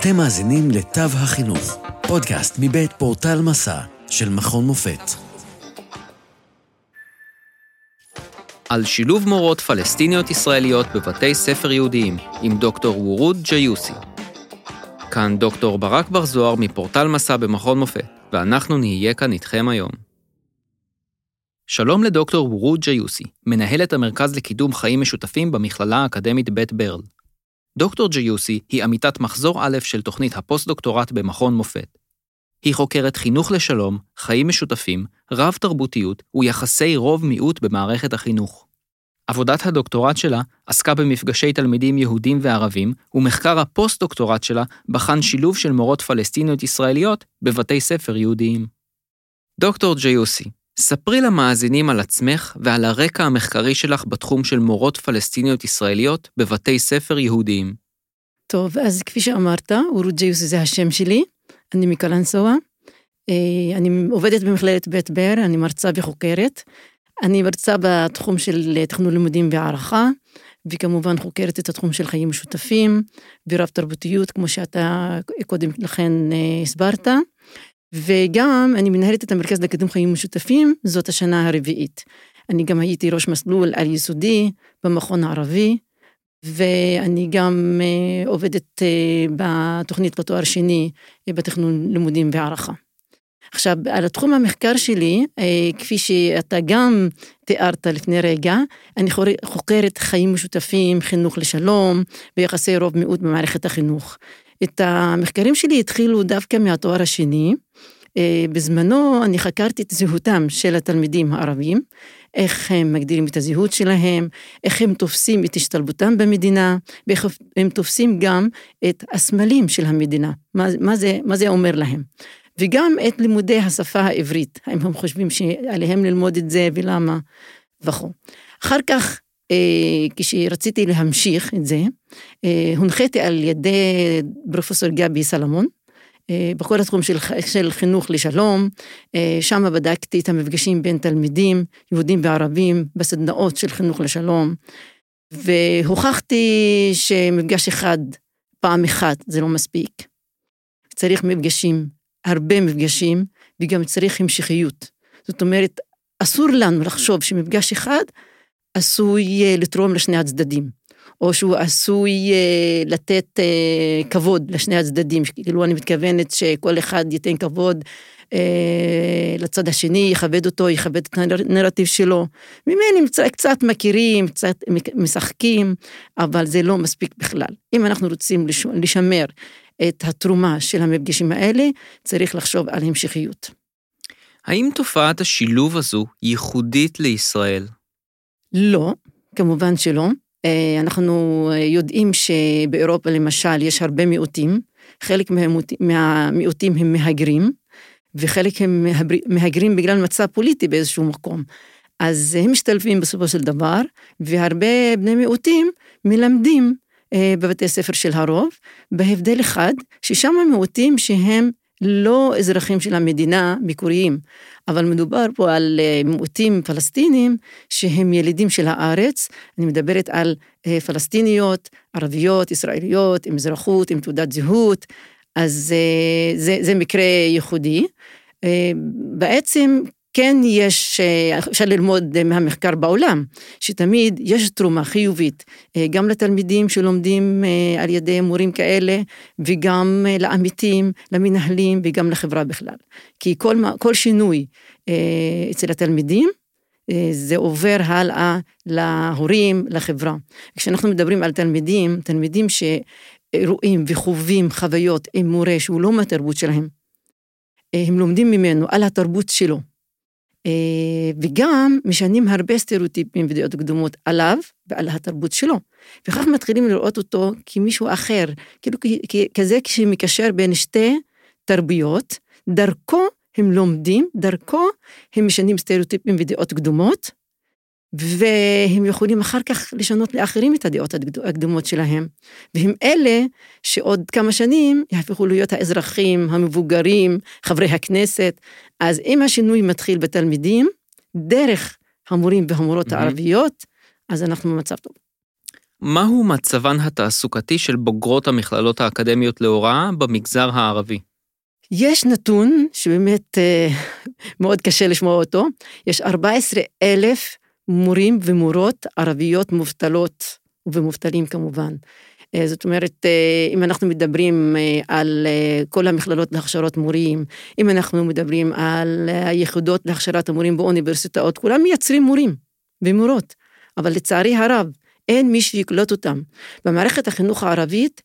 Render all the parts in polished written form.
אתם מאזינים לתו החינוך, פודקאסט מבית פורטל מסע של מכון מופת. על שילוב מורות פלסטיניות ישראליות בבתי ספר יהודיים עם דוקטור וורוד ג'יוסי. כאן דוקטור ברק בר זוהר מפורטל מסע במכון מופת, ואנחנו נהיה כאן איתכם היום. שלום לדוקטור וורוד ג'יוסי, מנהלת המרכז לקידום חיים משותפים במכללה האקדמית בית ברל. דוקטור ג'יוסי היא עמיתת מחזור א' של תוכנית הפוסט-דוקטורט במכון מופת. היא חוקרת חינוך לשלום, חיים משותפים, רב-תרבותיות ויחסי רוב-מיעוט במערכת החינוך. עבודת הדוקטורט שלה עסקה במפגשי תלמידים יהודים וערבים, ומחקר הפוסט-דוקטורט שלה בחן שילוב של מורות פלסטיניות ישראליות בבתי ספר יהודיים. דוקטור ג'יוסי, ספרי למאזינים על עצמך ועל הרקע המחקרי שלך בתחום של מורות פלסטיניות ישראליות בבתי ספר יהודיים. טוב, אז כפי שאמרת, וורוד ג'יוסי זה השם שלי, אני מקלנסווה, אני עובדת במכללת בית ברל, אני מרצה וחוקרת, אני מרצה בתחום של תכנון לימודים והערכה, וכמובן חוקרת את התחום של חיים משותפים, ורב תרבותיות, כמו שאתה קודם לכן הסברת, וגם אני מנהלת את המרכז לקידום חיים משותפים, זאת השנה הרביעית. אני גם הייתי ראש מסלול על יסודי במכון הערבי, ואני גם עובדת בתוכנית לתואר שני בתכנון לימודים והערכה. עכשיו, על התחום המחקר שלי, כפי שאתה גם תיארת לפני רגע, אני חוקרת חיים משותפים, חינוך לשלום, ויחסי רוב מיעוט במערכת החינוך. את המחקרים שלי התחילו דווקא מהתואר השני, בזמנו אני חקרתי את זהותם של התלמידים הערבים, איך הם מגדירים את הזהות שלהם, איך הם תופסים את השתלבותם במדינה, ואיך הם תופסים גם את הסמלים של המדינה, מה זה אומר להם. וגם את לימודי השפה העברית, האם הם חושבים שעליהם ללמוד את זה ולמה וכו'. אחר כך, כשרציתי להמשיך את זה, הונחיתי על ידי פרופסור גבי סלמון, בכל התחום של חינוך לשלום, שם בדקתי את המפגשים בין תלמידים, יהודים וערבים, בסדנאות של חינוך לשלום, והוכחתי שמפגש אחד, פעם אחת, זה לא מספיק. צריך מפגשים, הרבה מפגשים, וגם צריך המשכיות. זאת אומרת, אסור לנו לחשוב שמפגש אחד עשוי לתרום לשני הצדדים. או שהוא עשוי לתת כבוד לשני הצדדים, כאילו אני מתכוונת שכל אחד ייתן כבוד לצד השני, יכבד אותו, יכבד את הנרטיב שלו, ממני קצת מכירים, קצת משחקים, אבל זה לא מספיק בכלל. אם אנחנו רוצים לשמר את התרומה של המפגשים האלה, צריך לחשוב על המשכיות. האם תופעת השילוב הזו ייחודית לישראל? לא, כמובן שלא. אנחנו יודעים שבאירופה למשל יש הרבה מיעוטים, חלק מהמיעוטים הם מהגרים, וחלק הם מהגרים בגלל מצב פוליטי באיזשהו מקום. אז הם משתלבים בסופו של דבר, והרבה בני מיעוטים מלמדים בבתי ספר של הרוב, בהבדל אחד, ששם המיעוטים שהם לא אזרחים של המדינה מקוריים, אבל מדובר פה על מיעוטים פלסטינים שהם ילידים של הארץ, אני מדברת על פלסטיניות, ערביות, ישראליות, עם אזרחות, עם תעודת זהות, אז זה מקרה ייחודי. בעצם כן אפשר ללמוד מהמחקר בעולם, שתמיד יש תרומה חיובית, גם לתלמידים שלומדים על ידי מורים כאלה, וגם לעמיתים, למנהלים, וגם לחברה בכלל. כי כל שינוי אצל התלמידים, זה עובר הלאה להורים, לחברה. כשאנחנו מדברים על תלמידים שרואים וחווים חוויות עם מורה שהוא לא מהתרבות שלהם, הם לומדים ממנו על התרבות שלו, וגם משנים הרבה סטריאוטיפים ודעות קדומות עליו ועל התרבות שלו, וכך מתחילים לראות אותו כמישהו אחר, כאילו כזה שמקשר בין שתי תרבויות, דרכו הם לומדים, דרכו הם משנים סטריאוטיפים ודעות קדומות, והם יכולים אחר כך לשנות לאחרים את הדעות הקדומות שלהם, והם אלה שעוד כמה שנים יהפכו להיות האזרחים, המבוגרים, חברי הכנסת. אז אם השינוי מתחיל בתלמידים, דרך המורים והמורות הערביות, אז אנחנו במצב טוב. מהו מצבן התעסוקתי של בוגרות המכללות האקדמיות להוראה במגזר הערבי? יש נתון שבאמת מאוד קשה לשמוע אותו, יש 14,000 מורים ומורות ערביות מובטלות ומובטלים כמובן. זאת אומרת, אם אנחנו מדברים על כל המכללות להכשרות מורים, אם אנחנו מדברים על היחידות להכשרת המורים באוניברסיטאות, כולם מייצרים מורים ומורות, אבל לצערי הרב, אין מי שיקלוט אותם. במערכת החינוך הערבית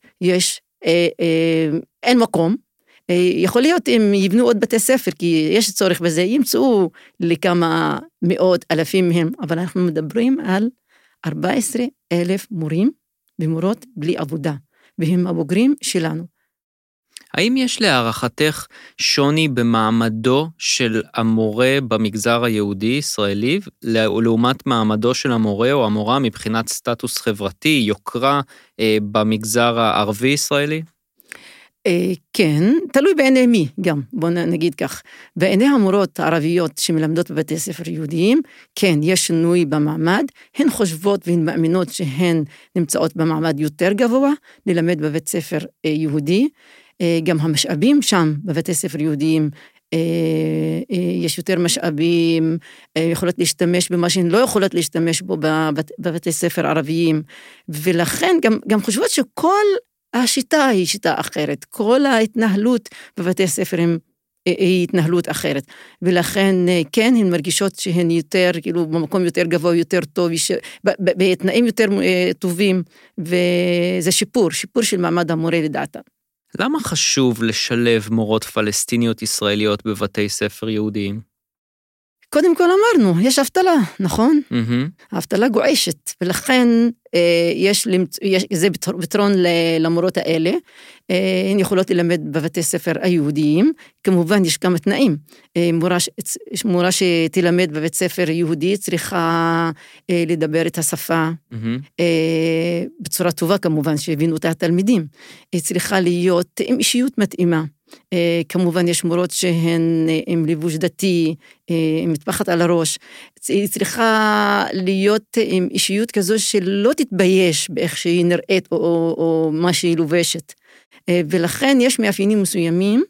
אין מקום, יכול להיות אם יבנו עוד בתי ספר, כי יש צורך בזה, ימצאו לכמה מאות אלפים מהם, אבל אנחנו מדברים על 14,000 מורים ומורות בלי עבודה, והם הבוגרים שלנו. האם יש להערכתך שוני במעמדו של המורה במגזר היהודי-ישראלי, לעומת מעמדו של המורה או המורה מבחינת סטטוס חברתי, יוקרה במגזר הערבי-ישראלי? כן, תלוי בעיני מי גם, בוא נגיד כך. בעיני המורות הערביות שמלמדות בבתי ספר יהודיים, כן, יש שינוי במעמד, הן חושבות והן מאמינות שהן נמצאות במעמד יותר גבוה, ללמד בבית ספר יהודי, גם המשאבים שם בבתי ספר יהודיים, יש יותר משאבים, יכולות להשתמש במה שהן לא יכולות להשתמש בו בבתי ספר ערביים, ולכן גם חושבות שכל השיטה היא שיטה אחרת, כל ההתנהלות בבתי ספר היא התנהלות אחרת, ולכן כן, הן מרגישות שהן יותר, כאילו במקום יותר גבוה, יותר טוב, בתנאים יותר טובים, וזה שיפור של מעמד המורה לדעתה. למה חשוב לשלב מורות פלסטיניות ישראליות בבתי ספר יהודיים? קודם כל אמרנו, יש אבטלה, נכון? האבטלה גועשת, ולכן זה פתרון למורות האלה, הן יכולות ללמד בבתי ספר היהודיים, כמובן יש כמה תנאים, מורה שתלמד בבית ספר יהודי צריכה לדבר את השפה, בצורה טובה כמובן, שהבינו אותה התלמידים, היא צריכה להיות עם אישיות מתאימה, כמובן יש מורות שהן עם לבוש דתי, עם מטפחת על הראש, היא צריכה להיות עם אישיות כזו שלא תתבייש באיך שהיא נראית או מה שהיא לובשת, ולכן יש מאפיינים מסוימים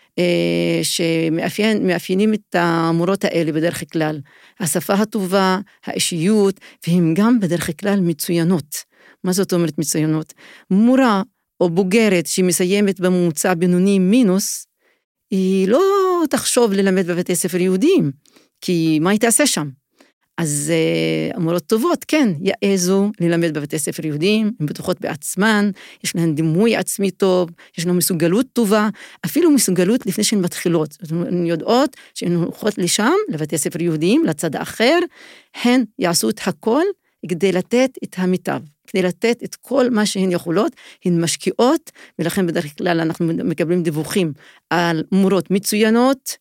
שמאפיינים את המורות האלה בדרך כלל, השפה הטובה, האישיות, והן גם בדרך כלל מצוינות. מה זאת אומרת מצוינות? מורה או בוגרת שמסיימת בממוצע בינוני מינוס, היא לא תחשוב ללמד בבתי ספר יהודיים, כי מה היא תעשה שם? אז המורות טובות, כן, יעזו ללמד בבתי ספר יהודיים, הן בטוחות בעצמן, יש להן דימוי עצמי טוב, יש להן מסוגלות טובה, אפילו מסוגלות לפני שהן מתחילות. הן יודעות שהן הולכות לשם, לבתי ספר יהודיים, לצד האחר, הן יעשו את הכל כדי לתת את המיטב. כדי לתת את כל מה שהן יכולות, הן משקיעות, ולכן בדרך כלל אנחנו מקבלים דיווחים על מורות מצוינות,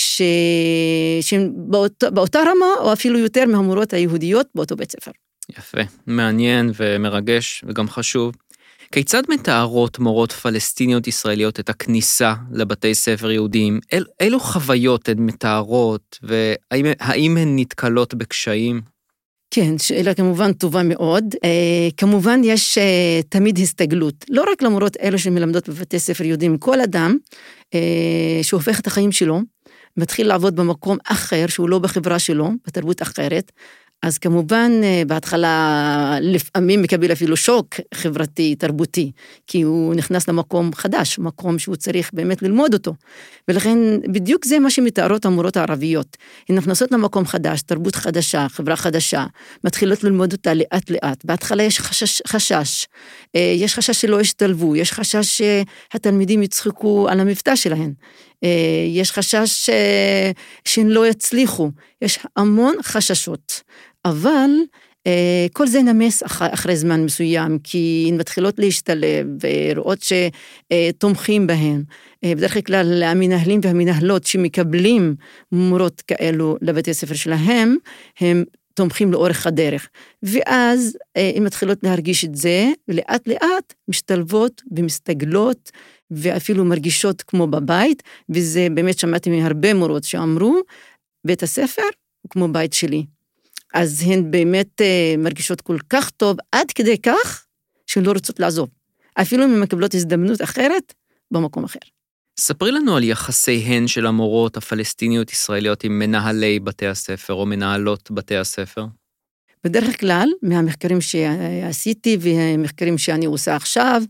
שהן באותה רמה, או אפילו יותר מהמורות היהודיות באותו בית ספר. יפה, מעניין ומרגש וגם חשוב. כיצד מתארות מורות פלסטיניות ישראליות את הכניסה לבתי ספר יהודיים? אילו חוויות הן מתארות, והאם הן נתקלות בקשיים? כן, שאלה כמובן טובה מאוד. כמובן יש תמיד הסתגלות, לא רק למורות אלו שמלמדות בבתי ספר יהודיים, כל אדם שהופך את החיים שלו, מתחיל לעבוד במקום אחר, שהוא לא בחברה שלו, בתרבות אחרת, אז כמובן בהתחלה לפעמים מקבל אפילו שוק חברתי, תרבותי, כי הוא נכנס למקום חדש, מקום שהוא צריך באמת ללמוד אותו. ולכן בדיוק זה מה שמתארות המורות הערביות. הן נכנסות למקום חדש, תרבות חדשה, חברה חדשה, מתחילות ללמוד אותה לאט לאט. בהתחלה יש חשש, יש חשש שלא ישתלבו, יש חשש שהתלמידים יצחקו על המבטא שלהן. יש חשש שהן לא יצליחו, יש המון חששות, אבל כל זה נמס אחרי זמן מסוים, כי הן מתחילות להשתלב ורואות שתומכים בהן. בדרך כלל המנהלים והמנהלות שמקבלים מורות כאלו לבתי ספר שלהם, הם תומכים לאורך הדרך, ואז הן מתחילות להרגיש את זה, ולאט לאט משתלבות ומסתגלות, ואפילו מרגישות כמו בבית, וזה באמת שמעתי מהרבה מורות שאמרו, בית הספר הוא כמו בית שלי. אז הן באמת מרגישות כל כך טוב, עד כדי כך שהן לא רוצות לעזוב. אפילו אם הן מקבלות הזדמנות אחרת, במקום אחר. ספרי לנו על יחסיהן של המורות הפלסטיניות-ישראליות עם מנהלי בתי הספר או מנהלות בתי הספר. בדרך כלל, מהמחקרים שעשיתי והמחקרים שאני עושה עכשיו,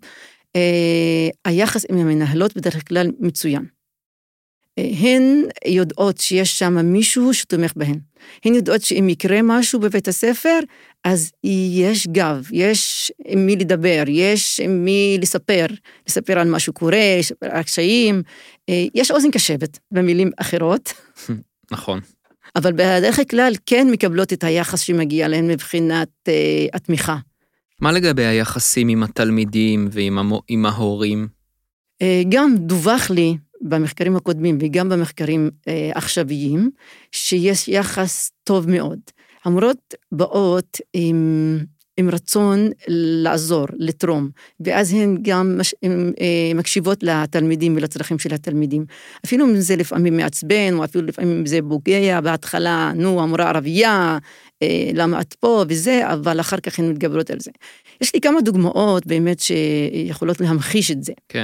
היחס עם המנהלות בדרך כלל מצוין. הן יודעות שיש שם מישהו שתומך בהן. הן יודעות שאם יקרה משהו בבית הספר, אז יש גב, יש עם מי לדבר, יש עם מי לספר על משהו קורה, לספר על הקשיים, יש אוזן קשבת במילים אחרות. נכון. אבל בדרך כלל כן מקבלות את היחס שמגיע להן מבחינת התמיכה. מה לגבי היחסים עם התלמידים ועם ההורים? גם דווח לי במחקרים הקודמים וגם במחקרים עכשוויים, שיש יחס טוב מאוד. המורות באות עם רצון לעזור, לתרום, ואז הן גם מקשיבות לתלמידים ולצרכים של התלמידים. אפילו אם זה לפעמים מעצבן, או אפילו לפעמים זה פוגע, בהתחלה, המורה ערבייה, למה את פה וזה, אבל אחר כך הן מתגברות על זה. יש לי כמה דוגמאות באמת שיכולות להמחיש את זה. כן.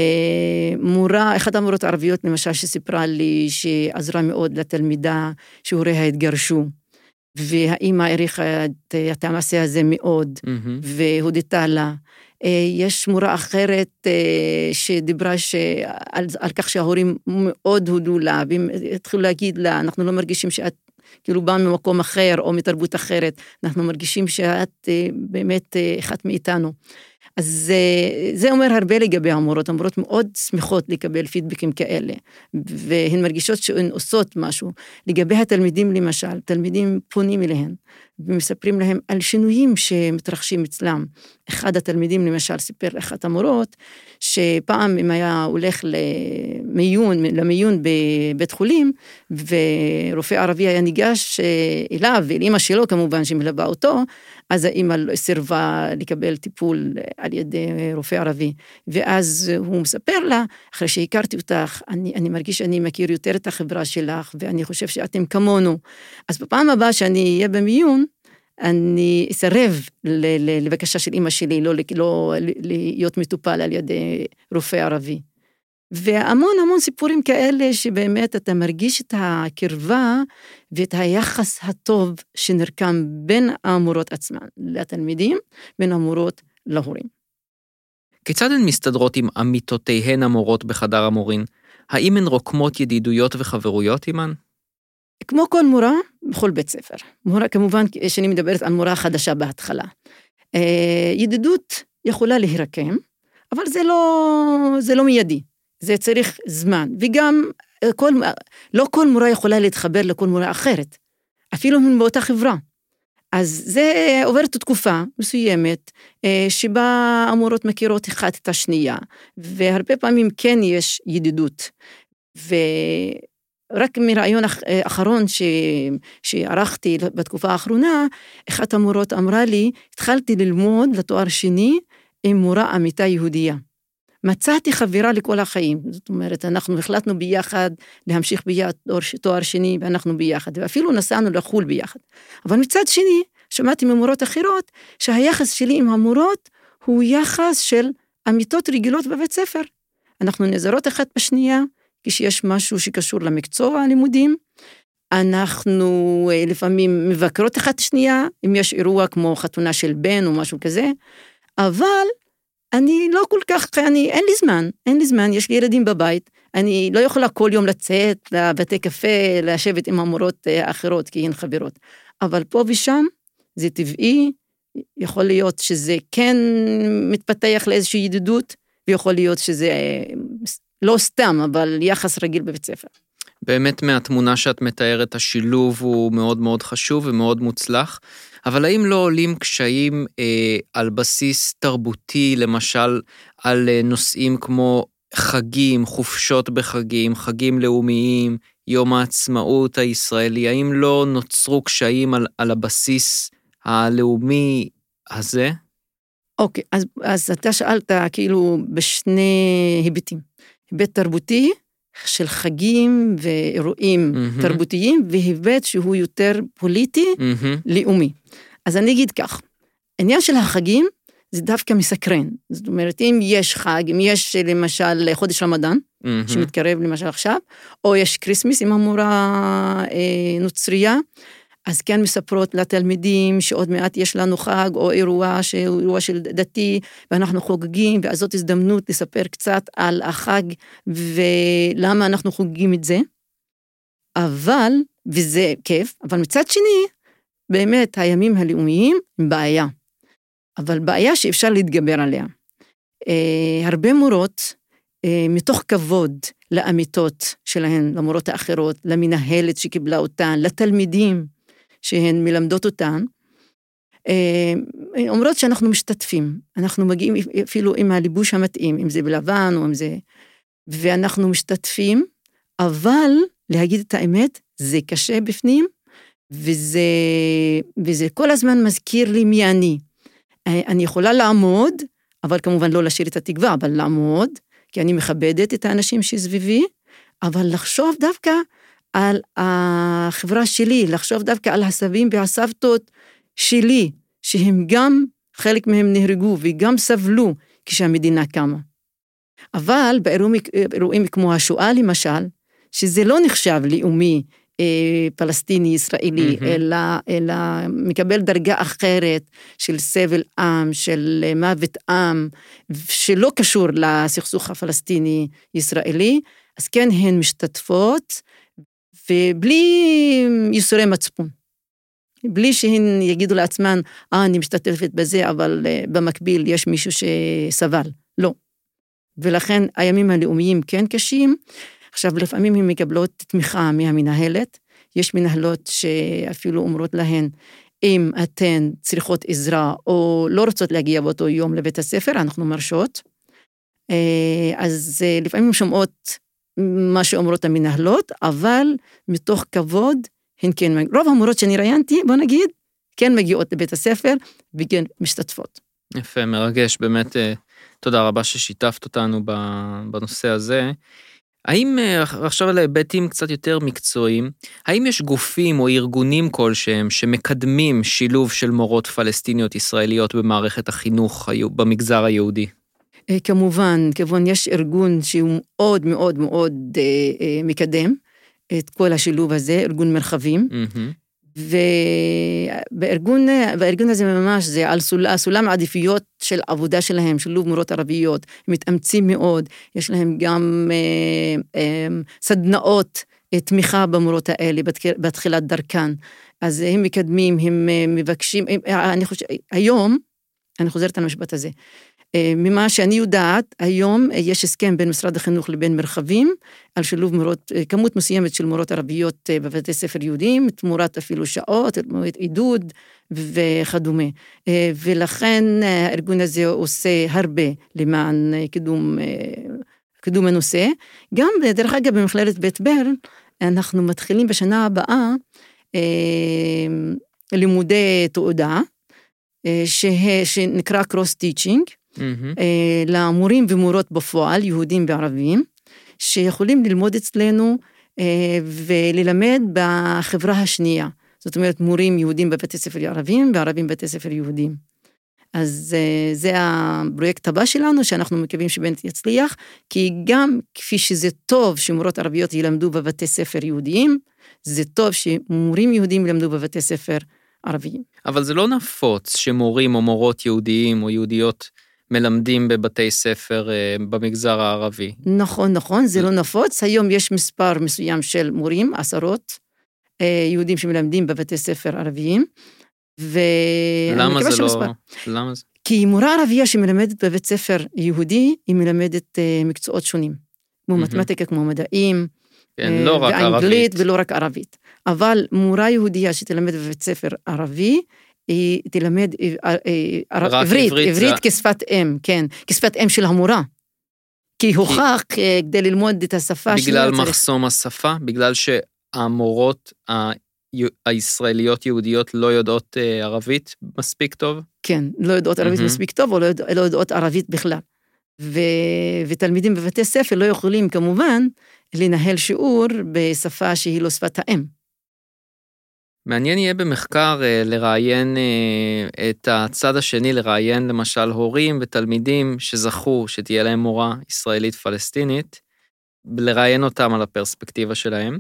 אחת המורות הערביות למשל שסיפרה לי שעזרה מאוד לתלמידה שהוריה התגרשו, והאימא העריכה את המעשה הזה מאוד, והודתה לה. יש מורה אחרת שדיברה על כך שההורים מאוד הודו לה, והם התחילו להגיד לה, אנחנו לא מרגישים שאת כאילו באה ממקום אחר או מתרבות אחרת, אנחנו מרגישים שאת באמת אחת מאיתנו. אז זה אומר הרבה לגבי המורות, המורות מאוד שמחות לקבל פידבקים כאלה, והן מרגישות שהן עושות משהו. לגבי התלמידים למשל, תלמידים פונים אליהן, ומספרים להם על שינויים שמתרחשים אצלם. אחד התלמידים למשל סיפר לאחת המורות, שפעם אם היה הולך למיון בבית חולים, ורופא ערבי היה ניגש אליו, ואמא שלו כמובן שמלווה אותו, אז האמא סירבה לקבל טיפול על ידי רופא ערבי, ואז הוא מספר לה, אחרי שהכרתי אותך, אני מרגיש שאני מכיר יותר את החברה שלך, ואני חושב שאתם כמונו. אז בפעם הבאה שאני אהיה במיון, אני אסרב לבקשה של אמא שלי, לא להיות מטופל על ידי רופא ערבי. והמון סיפורים כאלה שבאמת אתה מרגיש את הקרבה ואת היחס הטוב שנרקם בין המורות עצמן לתלמידים, בין המורות להורים. כיצד הן מסתדרות עם עמיתותיהן המורות בחדר המורין? האם הן רוקמות ידידויות וחברויות עימן? כמו כל מורה, בכל בית ספר. מורה, כמובן, שאני מדברת על מורה חדשה בהתחלה. ידידות יכולה להירקם, אבל זה לא מיידי. זה צריך זמן. וגם לא כל מורה יכולה להתחבר לכל מורה אחרת. אפילו הם באותה חברה. אז זה עוברת תקופה מסוימת, שבה המורות מכירות אחת את השנייה, והרבה פעמים כן יש ידידות. ורק מרעיון אחרון שערכתי בתקופה האחרונה, אחת המורות אמרה לי, התחלתי ללמוד לתואר שני עם מורה עמיתה יהודייה. מצאתי חברה לכל החיים, זאת אומרת, אנחנו החלטנו ביחד להמשיך ביחד תואר שני, ואנחנו ביחד, ואפילו נסענו לחול ביחד. אבל מצד שני, שמעתי ממורות אחרות, שהיחס שלי עם המורות, הוא יחס של עמיתות רגילות בבית ספר. אנחנו נעזרות אחת בשנייה, כשיש משהו שקשור למקצוע הלימודים, אנחנו לפעמים מבקרות אחת שנייה, אם יש אירוע כמו חתונה של בן או משהו כזה, אבל אני לא כל כך, אין לי זמן, יש לי ילדים בבית, אני לא יכולה כל יום לצאת לבתי קפה, לשבת עם המורות האחרות, כי הן חברות. אבל פה ושם, זה טבעי, יכול להיות שזה כן מתפתח לאיזושהי ידידות, ויכול להיות שזה לא סתם, אבל יחס רגיל בבית ספר. באמת מהתמונה שאת מתארת, השילוב הוא מאוד מאוד חשוב ומאוד מוצלח, אבל האם לא עולים קשיים על בסיס תרבותי, למשל על נושאים כמו חגים, חופשות בחגים, חגים לאומיים, יום העצמאות הישראלי, האם לא נוצרו קשיים על הבסיס הלאומי הזה? אוקיי, אז אתה שאלת כאילו בשני היבטים. היבט תרבותי, של חגים ואירועים תרבותיים, והיבט שהוא יותר פוליטי, לאומי. אז אני אגיד כך, העניין של החגים זה דווקא מסקרן. זאת אומרת, אם יש חג, אם יש למשל חודש רמדאן, שמתקרב למשל עכשיו, או יש קריסמס עם המורה נוצריה, אז כן מספרות לתלמידים שעוד מעט יש לנו חג, או אירוע של דתי, ואנחנו חוגגים, ואז זאת הזדמנות לספר קצת על החג, ולמה אנחנו חוגגים את זה. אבל, וזה כיף, אבל מצד שני, באמת הימים הלאומיים הם בעיה. אבל בעיה שאפשר להתגבר עליה. הרבה מורות, מתוך כבוד לאמיתות שלהן, למורות האחרות, למנהלת שקיבלה אותן, לתלמידים שהן מלמדות אותן, אומרות שאנחנו משתתפים, אנחנו מגיעים אפילו עם הליבוש המתאים, אם זה בלבן או אם זה, ואנחנו משתתפים, אבל להגיד את האמת, זה קשה בפנים, וזה כל הזמן מזכיר לי מי אני. אני יכולה לעמוד, אבל כמובן לא לשיר את התקווה, אבל לעמוד, כי אני מכבדת את האנשים שסביבי, אבל לחשוב דווקא על החברה שלי, לחשוב דווקא על הסבים והסבתות שלי, שהם גם, חלק מהם נהרגו וגם סבלו כשהמדינה קמה. אבל באירועים כמו השואה למשל, שזה לא נחשב לאומי, פלסטיני, ישראלי, אלא מקבל דרגה אחרת של סבל עם, של מוות עם, שלא קשור לסכסוך הפלסטיני-ישראלי, אז כן הן משתתפות, ובלי ייסורי מצפון. בלי שהן יגידו לעצמן, אני משתתפת בזה, אבל במקביל יש מישהו שסבל. לא. ולכן הימים הלאומיים כן קשים, עכשיו, לפעמים הן מקבלות תמיכה מהמנהלת, יש מנהלות שאפילו אומרות להן, אם אתן צריכות עזרה, או לא רוצות להגיע באותו יום לבית הספר, אנחנו מרשות, אז לפעמים שומעות מה שאומרות המנהלות, אבל מתוך כבוד, הן כן, רוב המורות שאני ראיינתי, בוא נגיד, כן מגיעות לבית הספר, וכן משתתפות. יפה, מרגש, באמת, תודה רבה ששיתפת אותנו בנושא הזה. האם, עכשיו על היבטים קצת יותר מקצועיים, האם יש גופים או ארגונים כלשהם שמקדמים שילוב של מורות פלסטיניות ישראליות במערכת החינוך במגזר היהודי? כמובן, יש ארגון שהוא מאוד מאוד מאוד מקדם את כל השילוב הזה, ארגון מרחבים, ובארגון הזה ממש זה על סולם העדיפויות של עבודה שלהם, שילוב מורות ערביות, הם מתאמצים מאוד, יש להם גם סדנאות, תמיכה במורות האלה בתחילת דרכן, אז הם מקדמים, הם מבקשים, היום, אני חוזרת על המשפט הזה, ממה שאני יודעת, היום יש הסכם בין משרד החינוך לבין מרחבים, על שילוב מורות, כמות מסוימת של מורות ערביות בבתי ספר יהודיים, תמורת אפילו שעות, עידוד וכדומה. ולכן הארגון הזה עושה הרבה למען קידום הנושא. גם דרך אגב במכללת בית ברל, אנחנו מתחילים בשנה הבאה לימודי תעודה, שנקרא קרוס טיצ'ינג, למורים ומורות בפועל, יהודים וערבים, שיכולים ללמוד אצלנו וללמד בחברה השנייה. זאת אומרת, מורים יהודים בבתי ספר ערבים, וערבים בבתי ספר יהודים. אז זה הפרויקט הבא שלנו, שאנחנו מקווים שבאמת יצליח, כי גם כפי שזה טוב שמורות ערביות ילמדו בבתי ספר יהודיים, זה טוב שמורים יהודים ילמדו בבתי ספר ערביים. אבל זה לא נפוץ שמורים או מורות יהודיים או יהודיות מלמדים בבתי ספר במגזר הערבי. נכון, זה לא נפוץ. היום יש מספר מסוים של מורים, 10 יהודים שמלמדים בבתי ספר ערביים. למה זה לא? למה זה? כי מורה ערבייה שמלמדת בבית ספר יהודי, היא מלמדת מקצועות שונים, כמו מתמטיקה, כמו מדעים, לא רק ואנגלית ולא רק ערבית. אבל מורה יהודייה שתלמד בבית ספר ערבי, היא תלמד עברית כשפת אם, כן, כשפת אם של המורה. כי הוכח כדי ללמוד את השפה בגלל מחסום השפה, בגלל שהמורות הישראליות יהודיות לא יודעות ערבית מספיק טוב? כן, לא יודעות ערבית מספיק טוב, או לא יודעות ערבית בכלל. ותלמידים בבתי ספר לא יכולים כמובן לנהל שיעור בשפה שהיא לא שפת האם. מעניין יהיה במחקר לראיין את הצד השני, לראיין למשל הורים ותלמידים שזכו שתהיה להם מורה ישראלית פלסטינית, לראיין אותם על הפרספקטיבה שלהם.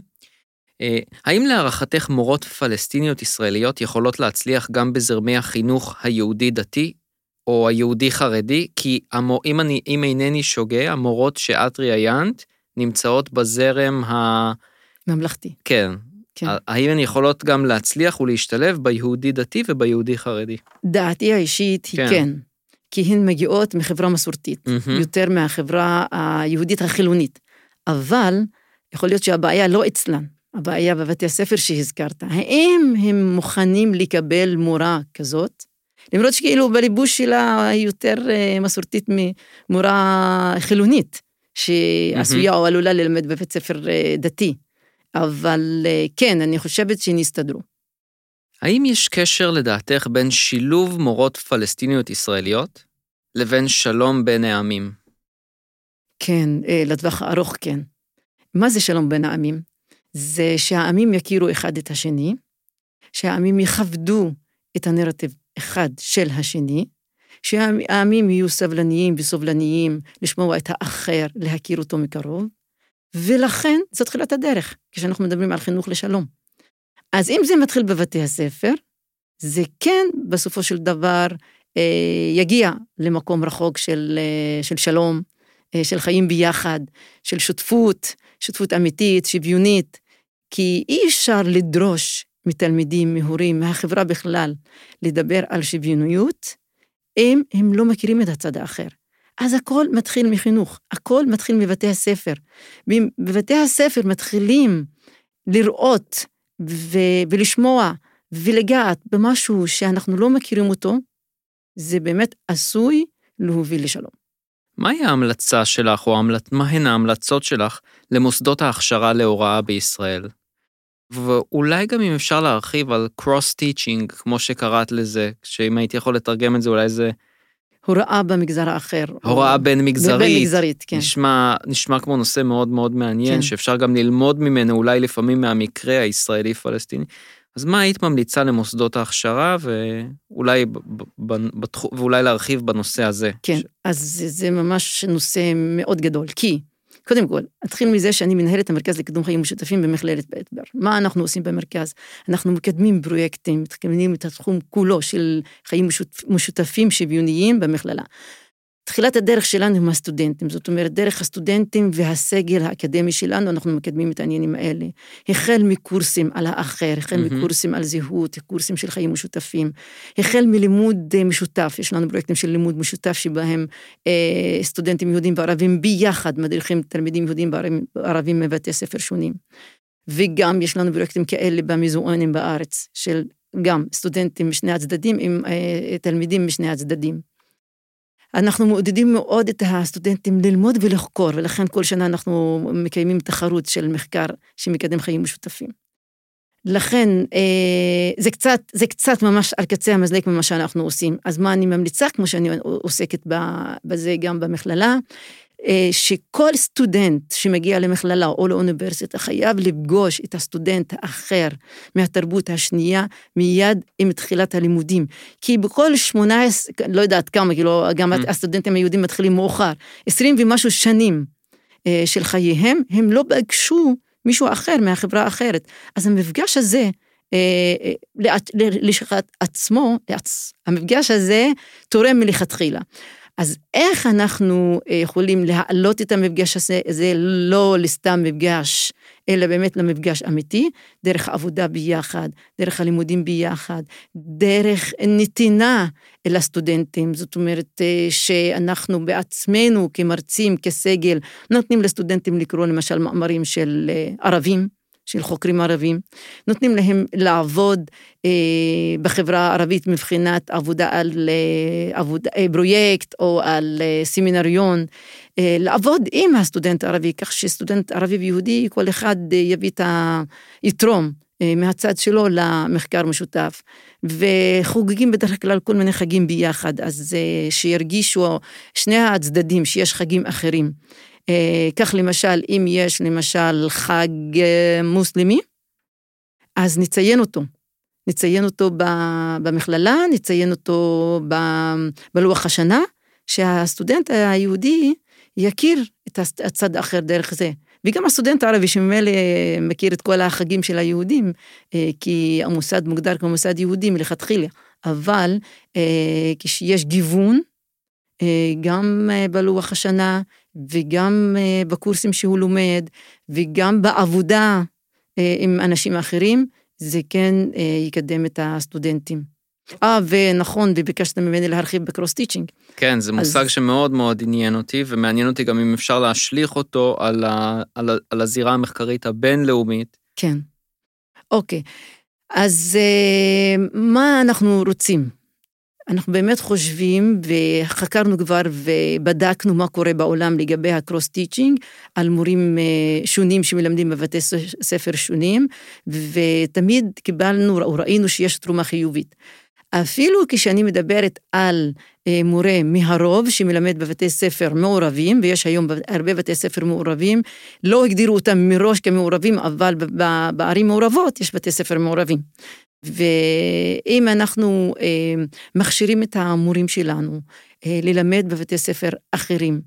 האם להערכתך מורות פלסטיניות ישראליות יכולות להצליח גם בזרמי החינוך היהודי דתי, או היהודי חרדי? כי אם אינני שוגה, המורות שאת ראיינת נמצאות בזרם ממלכתי. כן. האם הן יכולות גם להצליח ולהשתלב ביהודי דתי וביהודי חרדי? דעתי האישית היא כן, כי הן מגיעות מחברה מסורתית, יותר מהחברה היהודית החילונית. אבל יכול להיות שהבעיה לא אצלן, הבעיה בבתי הספר שהזכרת. האם הם מוכנים לקבל מורה כזאת? למרות שכאילו בריבוש שלה היא יותר מסורתית ממורה חילונית, שעשויה או עלולה ללמד בבית ספר דתי. אבל כן, אני חושבת שנסתדרו. האם יש קשר לדעתך בין שילוב מורות פלסטיניות ישראליות לבין שלום בין העמים? כן, לטווח הארוך כן. מה זה שלום בין העמים? זה שהעמים יכירו אחד את השני, שהעמים יכבדו את הנרטיב אחד של השני, שהעמים יהיו סבלניים וסובלניים לשמוע את האחר, להכיר אותו מקרוב, ולכן זאת תחילת הדרך, כשאנחנו מדברים על חינוך לשלום. אז אם זה מתחיל בבתי הספר, זה כן בסופו של דבר יגיע למקום רחוק של שלום, של חיים ביחד, של שותפות אמיתית, שוויונית, כי אי אפשר לדרוש מתלמידים, מהורים, מהחברה בכלל, לדבר על שוויוניות, אם הם לא מכירים את הצד האחר. אז הכל מתחיל מחינוך, הכל מתחיל מבתי הספר. בבתי הספר מתחילים לראות ולשמוע ולגעת במשהו שאנחנו לא מכירים אותו, זה באמת עשוי להוביל לשלום. מהי ההמלצה שלך, או מהן ההמלצות שלך למוסדות ההכשרה להוראה בישראל? ואולי גם אם אפשר להרחיב על cross-teaching, כמו שקראת לזה, שאם הייתי יכול לתרגם את זה, אולי זה הוראה במגזר האחר. הוראה בין מגזרית. בין מגזרית, כן. נשמע כמו נושא מאוד מאוד מעניין, כן. שאפשר גם ללמוד ממנו, אולי לפעמים מהמקרה הישראלי-פלסטיני. אז מה היית ממליצה למוסדות ההכשרה, ואולי להרחיב בנושא הזה? כן, אז זה ממש נושא מאוד גדול, כי קודם כל, אתחיל מזה שאני מנהלת המרכז לקידום חיים משותפים במכללת בית ברל. מה אנחנו עושים במרכז? אנחנו מקדמים פרויקטים, מקדמים את התחום כולו של חיים משותפים שוויוניים במכללה. תחילת הדרך שלנו עם הסטודנטים, זאת אומרת, דרך הסטודנטים והסגל האקדמי שלנו, אנחנו מקדמים את העניינים האלה. החל מקורסים על האחר, החל מקורסים על זהות, קורסים של חיים משותפים, החל מלימוד משותף, יש לנו פרויקטים של לימוד משותף, שבהם סטודנטים יהודים וערבים ביחד, מדריכים תלמידים יהודים וערבים מבתי ספר שונים. וגם יש לנו פרויקטים כאלה במוזיאונים בארץ, של גם סטודנטים משני הצדדים, עם תלמידים משני הצדדים. אנחנו מעודדים מאוד את הסטודנטים ללמוד ולחקור, ולכן כל שנה אנחנו מקיימים תחרות של מחקר שמקדם חיים משותפים. לכן, זה קצת ממש על קצה המזלג ממה שאנחנו עושים. אז מה אני ממליצה, כמו שאני עוסקת בזה גם במכללה, שכל סטודנט שמגיע למכללה או לאוניברסיטה חייב לפגוש את הסטודנט האחר מהתרבות השנייה מיד עם תחילת הלימודים. כי בכל 18, לא יודעת כמה, כאילו גם הסטודנטים היהודים מתחילים מאוחר, 20 ומשהו שנים של חייהם, הם לא פגשו מישהו אחר מהחברה האחרת. אז המפגש הזה, עצמו, המפגש הזה תורם מלכתחילה. אז איך אנחנו יכולים להעלות את המפגש הזה, זה לא לסתם מפגש, אלא באמת למפגש אמיתי, דרך העבודה ביחד, דרך הלימודים ביחד, דרך נתינה אל הסטודנטים, זאת אומרת שאנחנו בעצמנו כמרצים, כסגל, נותנים לסטודנטים לקרוא למשל מאמרים של ערבים, של חוקרים ערבים, נותנים להם לעבוד בחברה הערבית מבחינת עבודה על פרויקט או על סמינריון, לעבוד עם הסטודנט הערבי, כך שסטודנט ערבי ויהודי, כל אחד יתרום מהצד שלו למחקר משותף. וחוגגים בדרך כלל כל מיני חגים ביחד, אז שירגישו שני הצדדים שיש חגים אחרים. כך למשל, אם יש למשל חג מוסלמי, אז נציין אותו במכללה, נציין אותו בלוח השנה, שהסטודנט היהודי יכיר את הצד האחר דרך זה. וגם הסטודנט הערבי שממילא מכיר את כל החגים של היהודים, כי המוסד מוגדר כמו מוסד יהודי מלכתחילה, אבל כשיש גיוון, גם בלוח השנה, וגם בקורסים שהוא לומד, וגם בעבודה עם אנשים אחרים, זה כן יקדם את הסטודנטים. ונכון, וביקשת ממני להרחיב בקרוס-טיצ'ינג. כן, זה מושג שמאוד מאוד עניין אותי, ומעניין אותי גם אם אפשר להשליך אותו על הזירה המחקרית הבינלאומית. כן. אוקיי. אז מה אנחנו רוצים? אנחנו באמת חושבים, וחקרנו כבר ובדקנו מה קורה בעולם לגבי הקרוס-טיצ'ינג, על מורים שונים שמלמדים בבתי ספר שונים, ותמיד קיבלנו, או ראינו שיש תרומה חיובית. אפילו כשאני מדברת על מורה מהרוב שמלמד בבתי ספר מעורבים, ויש היום הרבה בתי ספר מעורבים, לא הגדירו אותם מראש כמעורבים, אבל בערים מעורבות יש בתי ספר מעורבים. ואם אנחנו מכשירים את המורים שלנו ללמד בבתי ספר אחרים,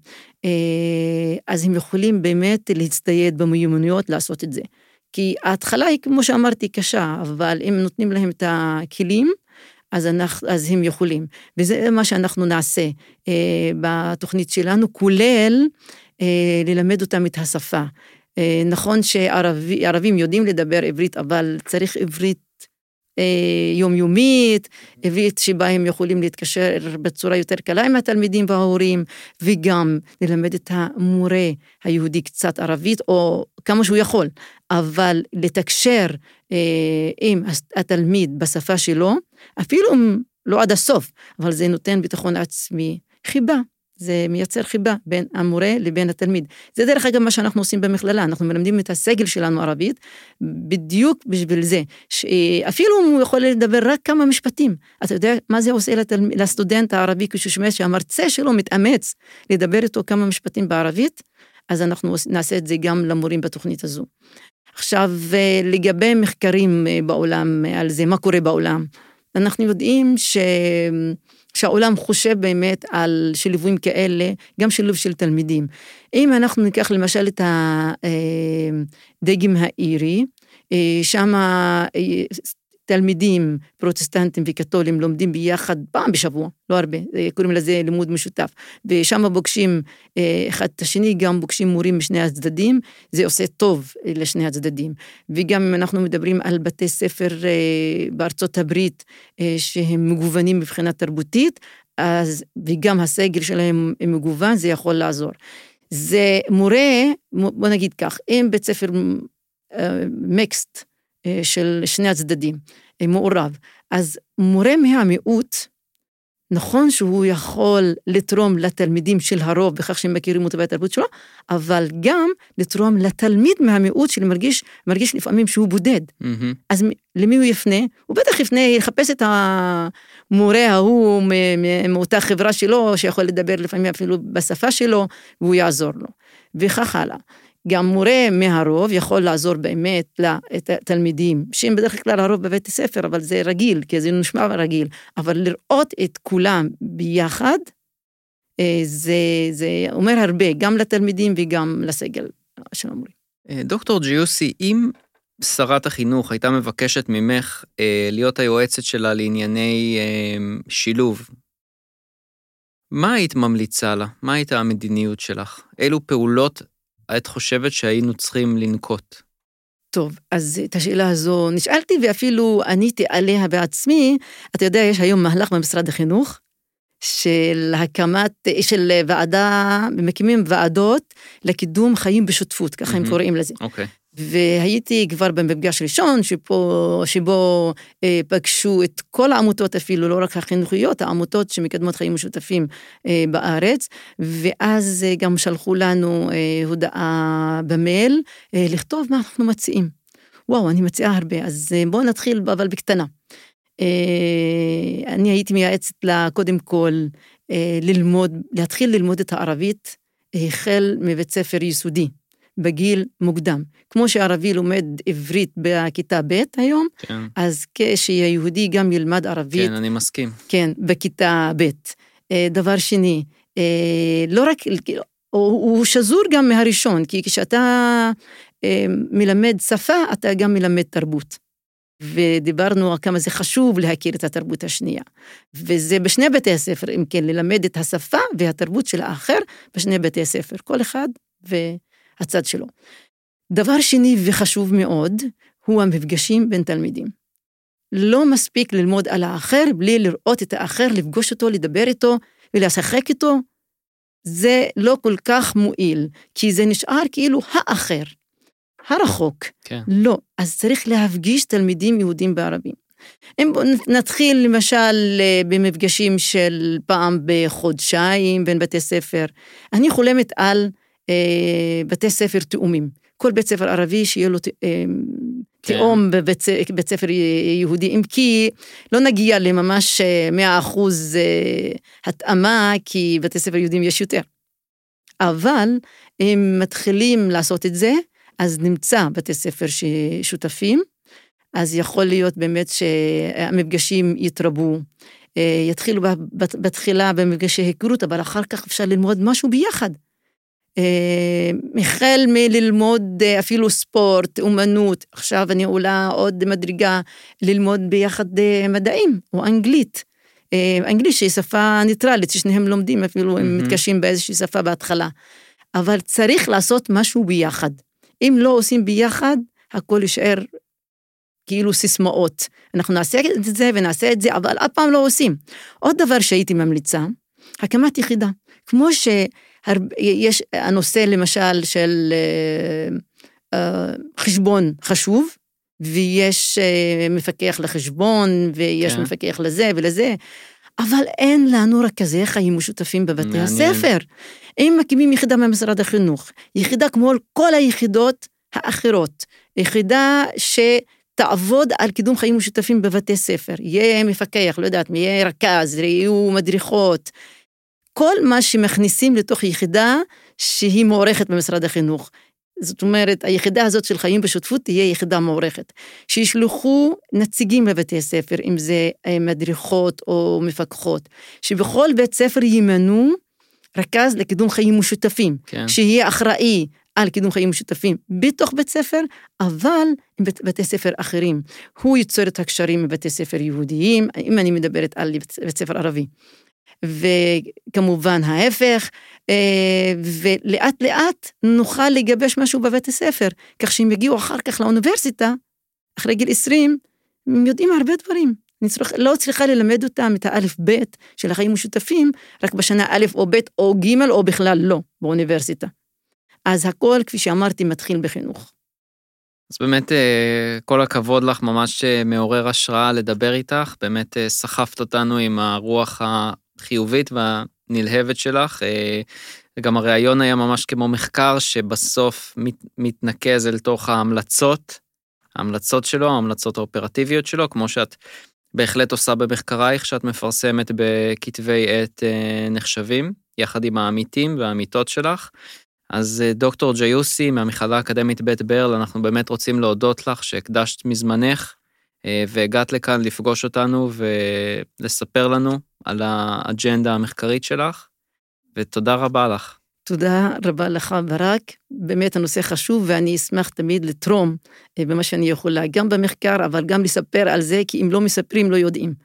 אז הם יכולים באמת להצטייד במיומנויות לעשות את זה. כי ההתחלה היא, כמו שאמרתי, קשה, אבל אם נותנים להם את הכלים, אז הם יכולים. וזה מה שאנחנו נעשה בתוכנית שלנו, כולל ללמד אותם את השפה. נכון שערבים יודעים לדבר עברית, אבל צריך עברית יומיומית, עברית שבה הם יכולים להתקשר בצורה יותר קלה עם התלמידים וההורים, וגם ללמד את המורה היהודי קצת ערבית, או כמה שהוא יכול, אבל לתקשר עם התלמיד בשפה שלו, אפילו לא עד הסוף, אבל זה נותן ביטחון עצמי, חיבה. זה מייצר חיבה בין המורה לבין התלמיד. זה דרך אגב מה שאנחנו עושים במכללה, אנחנו מלמדים את הסגל שלנו ערבית, בדיוק בשביל זה, אפילו הוא יכול לדבר רק כמה משפטים. אתה יודע מה זה עושה לסטודנט הערבי כשהוא שומע שהמרצה שלו מתאמץ לדבר איתו כמה משפטים בערבית, אז אנחנו נעשה את זה גם למורים בתוכנית הזו. עכשיו, לגבי מחקרים בעולם על זה, מה קורה בעולם? אנחנו יודעים שהעולם חושב באמת על שילובים כאלה, גם שילוב של תלמידים. אם אנחנו ניקח למשל את הדגם האירי, שם תלמידים פרוטסטנטים וקתולים לומדים ביחד פעם בשבוע, לא הרבה, קוראים לזה לימוד משותף, ושם פוגשים אחד את השני, גם פוגשים מורים משני הצדדים, זה עושה טוב לשני הצדדים, וגם אם אנחנו מדברים על בתי ספר בארצות הברית, שהם מגוונים מבחינה תרבותית, וגם הסגל שלהם מגוון, זה יכול לעזור. זה מורה, בוא נגיד כך, אם בית ספר מקסט, של שני הצדדים, מעורב. אז מורה מהמיעוט, נכון שהוא יכול לתרום לתלמידים של הרוב, בכך שהם מכירים אותו בתרבות שלו, אבל גם לתרום לתלמיד מהמיעוט, שמרגיש לפעמים שהוא בודד. אז למי הוא יפנה? הוא בטח יפנה, יחפש את המורה ההוא מאותה חברה שלו, שיכול לדבר לפעמים אפילו בשפה שלו, והוא יעזור לו. וכך הלאה. גם מורה מהרוב יכול לעזור באמת לתלמידים, שהם בדרך כלל הרוב בבית הספר, אבל זה רגיל, כי זה נשמע רגיל, אבל לראות את כולם ביחד, זה אומר הרבה, גם לתלמידים וגם לסגל של המורים. דוקטור ג'יוסי, אם שרת החינוך הייתה מבקשת ממך להיות היועצת שלה לענייני שילוב, מה היית ממליצה לה? מה הייתה המדיניות שלך? אילו פעולות את חושבת שהיינו צריכים לנקוט? טוב, אז את השאלה הזו נשאלתי, ואפילו עניתי עליה בעצמי. אתה יודע, יש היום מהלך במשרד החינוך, של ועדה, מקימים ועדות לקידום חיים בשותפות, ככה הם קוראים לזה. אוקיי. והייתי כבר במפגש ראשון, שבו פגשו את כל העמותות אפילו, לא רק החינוכיות, העמותות שמקדמות חיים משותפים בארץ, ואז גם שלחו לנו הודעה במייל, לכתוב מה אנחנו מציעים. וואו, אני מציעה הרבה, אז בואו נתחיל אבל בקטנה. אני הייתי מייעצת לה קודם כל להתחיל ללמוד את הערבית, החל מבית ספר יסודי, בגיל מוקדם. כמו שערבי לומד עברית בכיתה ב' היום, כן. אז כשיהודי גם ילמד ערבית. כן, אני מסכים. כן, בכיתה ב'. דבר שני, לא רק, הוא שזור גם מהראשון, כי כשאתה מלמד שפה, אתה גם מלמד תרבות. ודיברנו על כמה זה חשוב להכיר את התרבות השנייה. וזה בשני בתי הספר, אם כן, ללמד את השפה והתרבות של האחר בשני בתי הספר, כל אחד והצד שלו. דבר שני וחשוב מאוד, הוא המפגשים בין תלמידים. לא מספיק ללמוד על האחר, בלי לראות את האחר, לפגוש אותו, לדבר איתו ולשחק איתו. זה לא כל כך מועיל, כי זה נשאר כאילו האחר. הרחוק. כן. לא, אז צריך להפגיש תלמידים יהודים בערבים. אם נתחיל למשל במפגשים של פעם בחודשיים בין בתי ספר, אני חולמת על בתי ספר תאומים. כל בית ספר ערבי שיהיה לו תאום בבית ספר יהודי, אם כי לא נגיע לממש 100% התאמה, כי בתי ספר יהודים יש יותר. אבל אם מתחילים לעשות את זה, אז נמצא בתי ספר ששותפים, אז יכול להיות באמת שהמפגשים יתרבו, יתחילו בתחילה במפגשי היכרות, אבל אחר כך אפשר ללמוד משהו ביחד. החל מללמוד אפילו ספורט, אומנות, עכשיו אני עולה עוד מדרגה ללמוד ביחד מדעים, או אנגלית. אנגלית שהיא שפה ניטרלית, ששניהם לומדים, אפילו הם מתקשים באיזושהי שפה בהתחלה. אבל צריך לעשות משהו ביחד. אם לא עושים ביחד, הכל יישאר כאילו סיסמאות. אנחנו נעשה את זה ונעשה את זה, אבל אף פעם לא עושים. עוד דבר שהייתי ממליצה, הקמת יחידה. כמו שיש הנושא למשל של חשבון חשוב, ויש מפקח לחשבון, ויש מפקח לזה ולזה, אבל אין לנו רכזי חיים משותפים בבתי הספר. אם מקימים יחידה ממשרד החינוך, יחידה כמו כל היחידות האחרות, יחידה שתעבוד על קידום חיים משותפים בבתי ספר, יהיה מפקח, לא יודעת, יהיה רכז, יהיו מדריכות, כל מה שמכניסים לתוך יחידה שהיא מוערכת במשרד החינוך. זאת אומרת, היחידה הזאת של חיים בשותפות תהיה יחידה מוערכת, שישלחו נציגים לבתי ספר, אם זה מדריכות או מפקחות, שבכל בית ספר יימנו רכז לקידום חיים משותפים, כן. שיהיה אחראי על קידום חיים משותפים בתוך בית ספר, אבל עם בתי ספר אחרים. הוא ייצור את הקשרים בבתי ספר יהודיים, אם אני מדברת על בית ספר ערבי. וכמובן ההפך, ולאט לאט נוכל לגבש משהו בבית הספר, כך שהם יגיעו אחר כך לאוניברסיטה, אחרי גיל 20, הם יודעים הרבה דברים. לא צריכה ללמד אותם את האלף בית של החיים משותפים, רק בשנה א' או ב' או ג' או בכלל לא, באוניברסיטה. אז הכל, כפי שאמרתי, מתחיל בחינוך. אז באמת כל הכבוד לך, ממש מעורר השראה לדבר איתך, באמת סחפת אותנו עם הרוח החיובית והנלהבת שלך, וגם הרעיון היה ממש כמו מחקר שבסוף מתנקז אל תוך ההמלצות שלו, ההמלצות האופרטיביות שלו, כמו שאת בהחלט עושה במחקרייך, שאת מפרסמת בכתבי עת נחשבים, יחד עם העמיתים והעמיתות שלך. אז דוקטור ג'יוסי מהמכללה האקדמית בית ברל, אנחנו באמת רוצים להודות לך שהקדשת מזמנך, והגעת לכאן לפגוש אותנו ולספר לנו על האג'נדה המחקרית שלך, ותודה רבה לך. תודה רבה לך ברק, באמת הנושא חשוב, ואני אשמח תמיד לתרום במה שאני יכולה, גם במחקר, אבל גם לספר על זה, כי אם לא מספרים לא יודעים.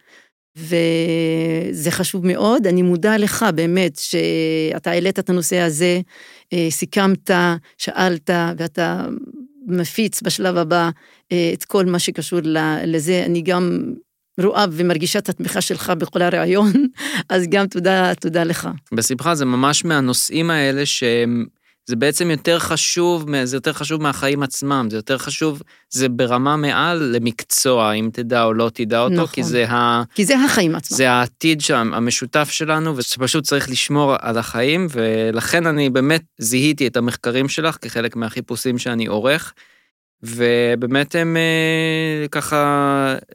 וזה חשוב מאוד, אני מודה לך באמת שאתה העלית את הנושא הזה, סיכמת, שאלת, ואתה מפיץ בשלב הבא את כל מה שקשור לזה, אני גם רואה ומרגישה את התמיכה שלך בכל הרעיון, אז גם תודה לך. בשמחה, זה ממש מהנושאים האלה שזה בעצם יותר חשוב, זה יותר חשוב מהחיים עצמם, זה יותר חשוב, זה ברמה מעל למקצוע, אם תדע או לא תדע אותו, נכון. כי זה החיים עצמם. זה העתיד המשותף שלנו, ושפשוט צריך לשמור על החיים, ולכן אני באמת זיהיתי את המחקרים שלך, כחלק מהחיפושים שאני עורך, ובאמת הם ככה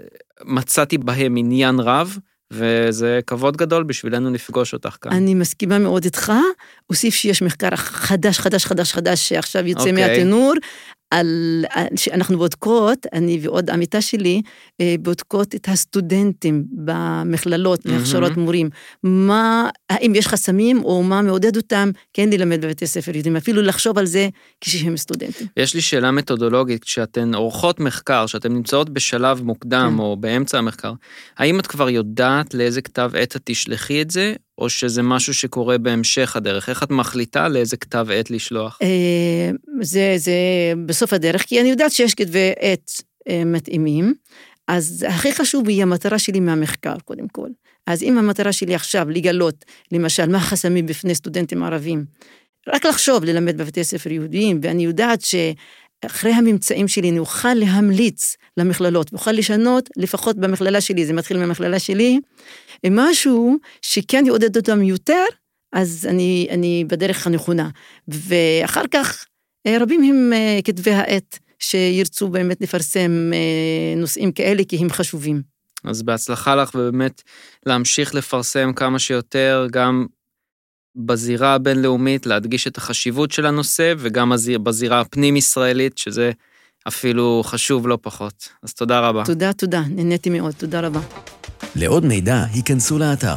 מצאתי בהם עניין רב, וזה כבוד גדול בשבילנו לפגוש אותך כאן. אני מסכימה מאוד איתך, אוסיף שיש מחקר חדש, שעכשיו יוצא מהתנור, שאנחנו בודקות, אני ועוד עמיתה שלי, בודקות את הסטודנטים במכללות, להכשרות מורים, האם יש חסמים, או מה מעודד אותם, כן ללמד בבתי ספר יהודיים, אפילו לחשוב על זה כשהם סטודנטים. יש לי שאלה מתודולוגית, כשאתן עורכות מחקר, שאתן נמצאות בשלב מוקדם, או באמצע המחקר, האם את כבר יודעת לאיזה כתב עת תשלחי את זה, או שזה משהו שקורה בהמשך הדרך? איך את מחליטה לאיזה כתב עת לשלוח? זה בסוף הדרך, כי אני יודעת שיש כתבי עת מתאימים, אז הכי חשוב היא המטרה שלי מהמחקר, קודם כל. אז אם המטרה שלי עכשיו לגלות, למשל, מה החסמים בפני סטודנטים ערבים, רק לחשוב ללמד בבתי ספר יהודיים, ואני יודעת שאחרי הממצאים שלי אני אוכל להמליץ למכללות, ואוכל לשנות, לפחות במכללה שלי, זה מתחיל מהמכללה שלי, משהו שכן יעודד אותם יותר, אז אני בדרך הנכונה. ואחר כך, רבים הם כתבי העת, שירצו באמת לפרסם נושאים כאלה, כי הם חשובים. אז בהצלחה לך, ובאמת להמשיך לפרסם כמה שיותר, גם בזירה הבינלאומית, להדגיש את החשיבות של הנושא, וגם בזירה הפנים-ישראלית, שזה אפילו חשוב לא פחות. אז תודה רבה. תודה, נהניתי מאוד, תודה רבה. לעוד מידע, היכנסו לאתר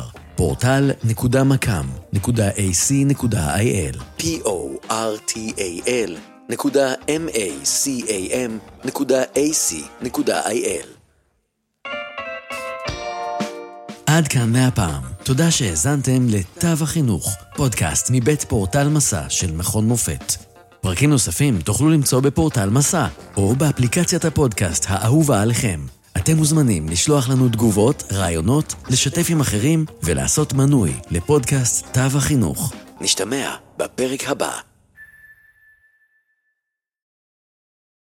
portal.macam.ac.il portal.macam.ac.il. עד כאן מהפעם. תודה שהאזנתם לתו החינוך, פודקאסט מבית פורטל מסע של מכון מופת. פרקים נוספים תוכלו למצוא בפורטל מסע, או באפליקציית הפודקאסט האהובה עליכם. אתם מוזמנים לשלוח לנו תגובות, רעיונות, לשתף עם אחרים ולעשות מנוי לפודקאסט תו החינוך. נשתמע בפרק הבא.